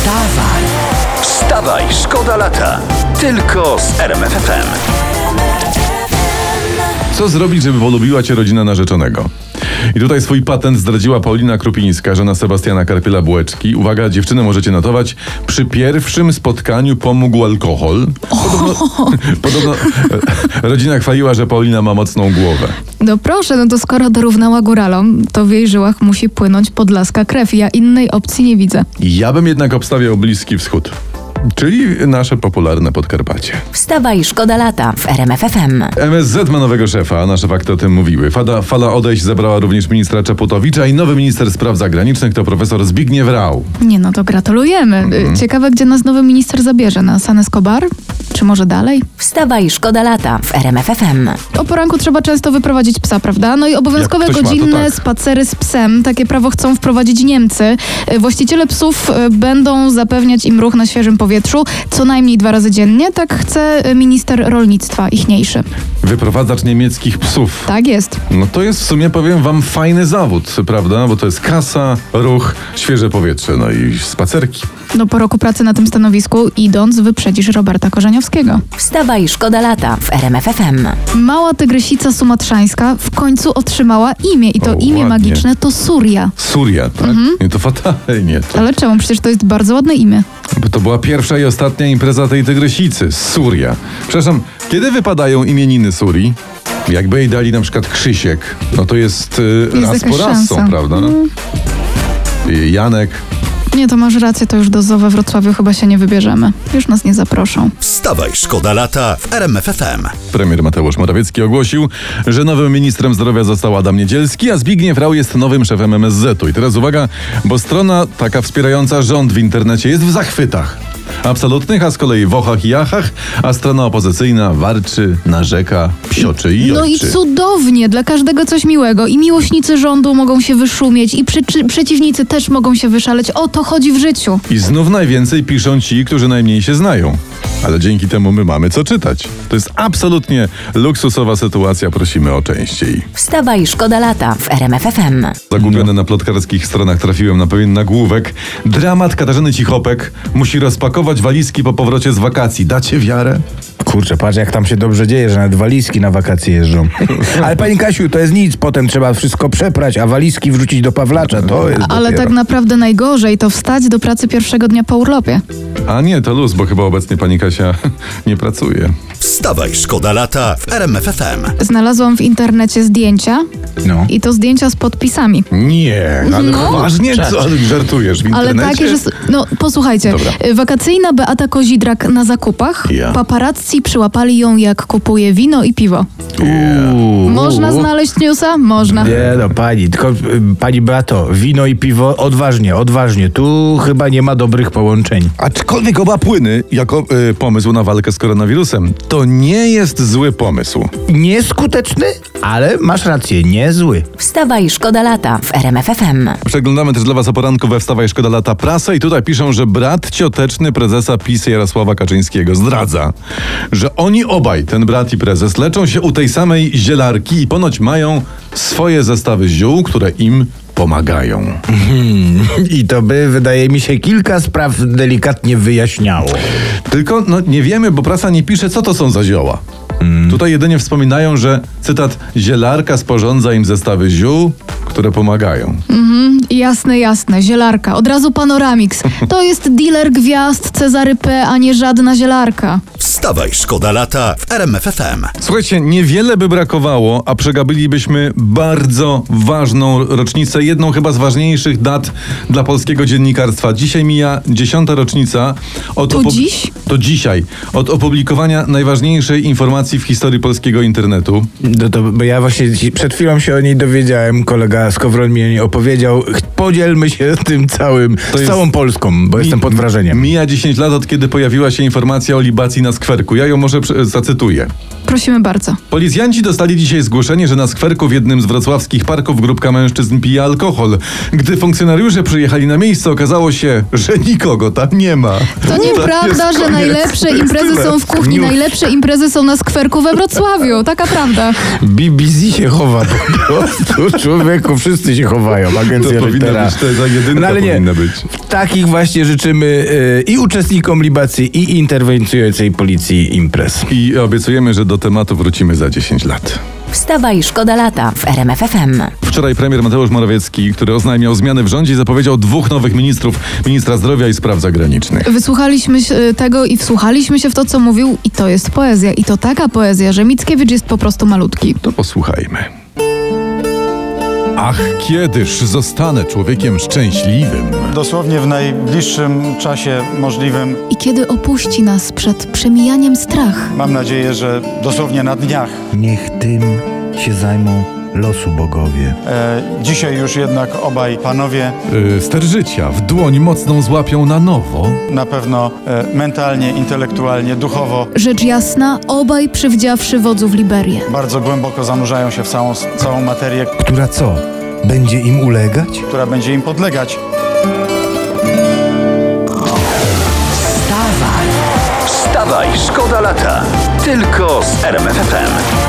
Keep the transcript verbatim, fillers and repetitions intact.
Wstawaj! Wstawaj, szkoda lata. Tylko z R M F F M. Co zrobić, żeby polubiła cię rodzina narzeczonego? I tutaj swój patent zdradziła Paulina Krupińska, żona Sebastiana Karpiela-Bułeczki. Uwaga, dziewczynę możecie notować. Przy pierwszym spotkaniu pomógł alkohol. Podobno, podobno rodzina chwaliła, że Paulina ma mocną głowę. No proszę, no to skoro dorównała góralom, to w jej żyłach musi płynąć podlaska krew. Ja innej opcji nie widzę. Ja bym jednak obstawiał Bliski Wschód. Czyli nasze popularne Podkarpacie. Wstawaj, szkoda lata w R M F F M. M S Z ma nowego szefa, nasze fakty o tym mówiły. Fala, fala odejść zebrała również ministra Czaputowicza i nowy minister spraw zagranicznych to profesor Zbigniew Rau. Nie no, to gratulujemy. Mhm. Ciekawe, gdzie nas nowy minister zabierze. Na San Escobar? Czy może dalej? Wstawaj, szkoda lata w R M F F M. O poranku trzeba często wyprowadzić psa, prawda? No i obowiązkowe Jak ktoś ma, to godzinne tak. spacery z psem. Takie prawo chcą wprowadzić Niemcy. Właściciele psów y, będą zapewniać im ruch na świeżym powietrzu co najmniej dwa razy dziennie. Tak chce minister rolnictwa ichniejszy. Wyprowadzacz niemieckich psów. Tak jest. No to jest w sumie, powiem wam, fajny zawód, prawda? Bo to jest kasa, ruch, świeże powietrze, no i spacerki. No po roku pracy na tym stanowisku idąc wyprzedzisz Roberta Korzeniowskiego. Wstawaj, szkoda lata w R M F F M. Mała tygrysica sumatrzańska w końcu otrzymała imię i to O, imię ładnie. magiczne to Surya. Surya, tak? Nie, to fatalnie. To, Ale czemu? Przecież to jest bardzo ładne imię. bo to była pierwsza i ostatnia impreza tej tygrysicy, Surya. Przepraszam, kiedy wypadają imieniny Surii? Jakby jej dali na przykład Krzysiek, no to jest, y, Jest raz jakaś po raz są, szansa. prawda? Y, Janek. Nie, to masz rację, to już do zoo we Wrocławiu chyba się nie wybierzemy. Już nas nie zaproszą. Wstawaj, szkoda lata w R M F F M. Premier Mateusz Morawiecki ogłosił, że nowym ministrem zdrowia został Adam Niedzielski, a Zbigniew Rau jest nowym szefem M S Z-u. I teraz uwaga, bo strona taka wspierająca rząd w internecie jest w zachwytach absolutnych, a z kolei w ochach i jachach, a strona opozycyjna warczy, narzeka, psioczy i No i jojczy. cudownie, dla każdego coś miłego. I miłośnicy rządu mogą się wyszumieć, i przy, przeciwnicy też mogą się wyszaleć. O to chodzi w życiu. I znów najwięcej piszą ci, którzy najmniej się znają. Ale dzięki temu my mamy co czytać. To jest absolutnie luksusowa sytuacja, prosimy o częściej. Wstawaj, szkoda lata w R M F F M. Zagubiony na plotkarskich stronach trafiłem na pewien nagłówek. Dramat Katarzyny Cichopek musi rozpakować walizki po powrocie z wakacji. Dacie wiarę? Kurczę, patrz jak tam się dobrze dzieje, że nawet walizki na wakacje jeżdżą. Ale pani Kasiu, to jest nic, potem trzeba wszystko przeprać, a walizki wrzucić do Pawlacza, to jest Ale dopiero. tak naprawdę najgorzej to wstać do pracy pierwszego dnia po urlopie. A nie, to luz, bo chyba obecnie pani Kasia nie pracuje. Wstawaj, szkoda lata w R M F F M. Znalazłam w internecie zdjęcia No. i to zdjęcia z podpisami. Nie, ale No. poważnie? Co, ale żartujesz w Ale internecie? takie, że... s- No posłuchajcie, Dobra. y, wakacyjna Beata Kozidrak na zakupach. Ja. Paparazzi przyłapali ją, jak kupuje wino i piwo. Uuu. Można znaleźć newsa? Można. Nie no, pani, tylko y, pani Beato, wino i piwo odważnie, odważnie. Tu chyba nie ma dobrych połączeń. Aczkolwiek oba płyny, jako y, pomysł na walkę z koronawirusem, to nie jest zły pomysł. Nieskuteczny, ale masz rację, niezły. Wstawaj, szkoda lata w R M F F M. Przeglądamy też dla was o poranku we Wstawaj Szkoda Lata prasę i tutaj piszą, że brat cioteczny prezesa PiS Jarosława Kaczyńskiego zdradza, że oni obaj, ten brat i prezes, leczą się u tej samej zielarki i ponoć mają swoje zestawy ziół, które im pomagają. I to by, wydaje mi się, kilka spraw delikatnie wyjaśniało. Tylko no, nie wiemy, bo prasa nie pisze, co to są za zioła. Tutaj jedynie wspominają, że, cytat, zielarka sporządza im zestawy ziół, które pomagają. Jasne, jasne, zielarka. Od razu Panoramix. To jest dealer gwiazd Cezary P., a nie żadna zielarka. Wstawaj, szkoda lata w R M F F M. Słuchajcie, niewiele by brakowało, a przegapilibyśmy bardzo ważną rocznicę, jedną chyba z ważniejszych dat dla polskiego dziennikarstwa. Dzisiaj mija dziesiąta rocznica od To dziś? To dzisiaj. Od opublikowania najważniejszej informacji w historii polskiego internetu. No to, bo ja właśnie ci- przed chwilą się o niej dowiedziałem, kolega Skowron mi o niej opowiedział. Ch- Podzielmy się tym całym, z jest- całą Polską, bo jestem pod wrażeniem. Mija dziesięć lat, od kiedy pojawiła się informacja o libacji na skwerze skwerku. Ja ją może prze- zacytuję. Prosimy bardzo. Policjanci dostali dzisiaj zgłoszenie, że na skwerku w jednym z wrocławskich parków grupka mężczyzn pije alkohol. Gdy funkcjonariusze przyjechali na miejsce, okazało się, że nikogo tam nie ma. To nieprawda, jest że koniec. najlepsze To jest imprezy tyle. są w kuchni, News. najlepsze imprezy są na skwerku we Wrocławiu. Taka prawda. B B Z się chowa po prostu. Człowieku, wszyscy się chowają. Agencja To powinna Reutera. być, to ta jedynka No ale nie. powinna być. Takich właśnie życzymy y, i uczestnikom libacji, i interweniującej policji imprez. I obiecujemy, że do tematu wrócimy za dziesięć lat. Wstawaj, szkoda lata w R M F F M. Wczoraj premier Mateusz Morawiecki, który oznajmiał zmiany w rządzie, zapowiedział dwóch nowych ministrów, ministra zdrowia i spraw zagranicznych. Wysłuchaliśmy się tego i wsłuchaliśmy się w to, co mówił i to jest poezja. I to taka poezja, że Mickiewicz jest po prostu malutki. To posłuchajmy. Ach, kiedyż zostanę człowiekiem szczęśliwym. Dosłownie w najbliższym czasie możliwym. I kiedy opuści nas przed przemijaniem strach. Mam nadzieję, że dosłownie na dniach. Niech tym się zajmą losu bogowie. E, dzisiaj już jednak obaj panowie Yy, ster życia w dłoń mocną złapią na nowo. na pewno e, mentalnie, intelektualnie, duchowo Rzecz jasna, obaj przywdziawszy wodzów Liberię. bardzo głęboko zanurzają się w całą, całą materię, Która co? Będzie im ulegać? która będzie im podlegać. Wstawaj, szkoda lata. Tylko z R M F F M.